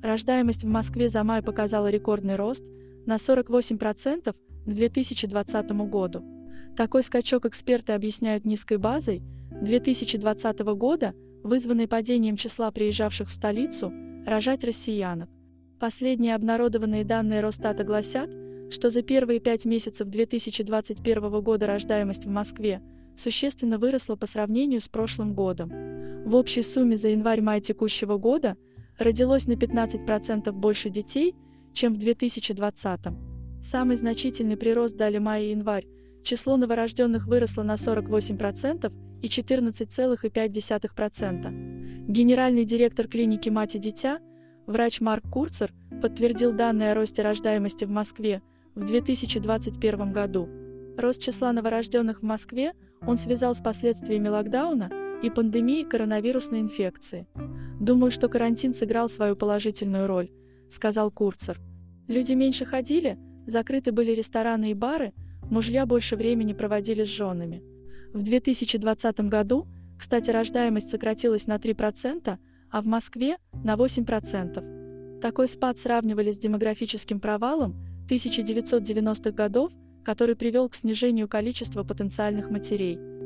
Рождаемость в Москве за май показала рекордный рост на 48% к 2020 году. Такой скачок эксперты объясняют низкой базой 2020 года, вызванной падением числа приезжавших в столицу рожать россиянок. Последние обнародованные данные Росстата гласят, что за первые 5 месяцев 2021 года рождаемость в Москве существенно выросла по сравнению с прошлым годом. В общей сумме за январь-май текущего года родилось на 15% больше детей, чем в 2020. Самый значительный прирост дали май и январь. Число новорожденных выросло на 48% и 14,5%. Генеральный директор клиники «Мать и дитя», врач Марк Курцер, подтвердил данные о росте рождаемости в Москве в 2021 году. Рост числа новорожденных в Москве он связал с последствиями локдауна и пандемии коронавирусной инфекции. «Думаю, что карантин сыграл свою положительную роль», — сказал Курцер. «Люди меньше ходили, закрыты были рестораны и бары, мужья больше времени проводили с женами». В 2020 году, кстати, рождаемость сократилась на 3%, а в Москве – на 8%. Такой спад сравнивали с демографическим провалом 1990-х годов, который привел к снижению количества потенциальных матерей.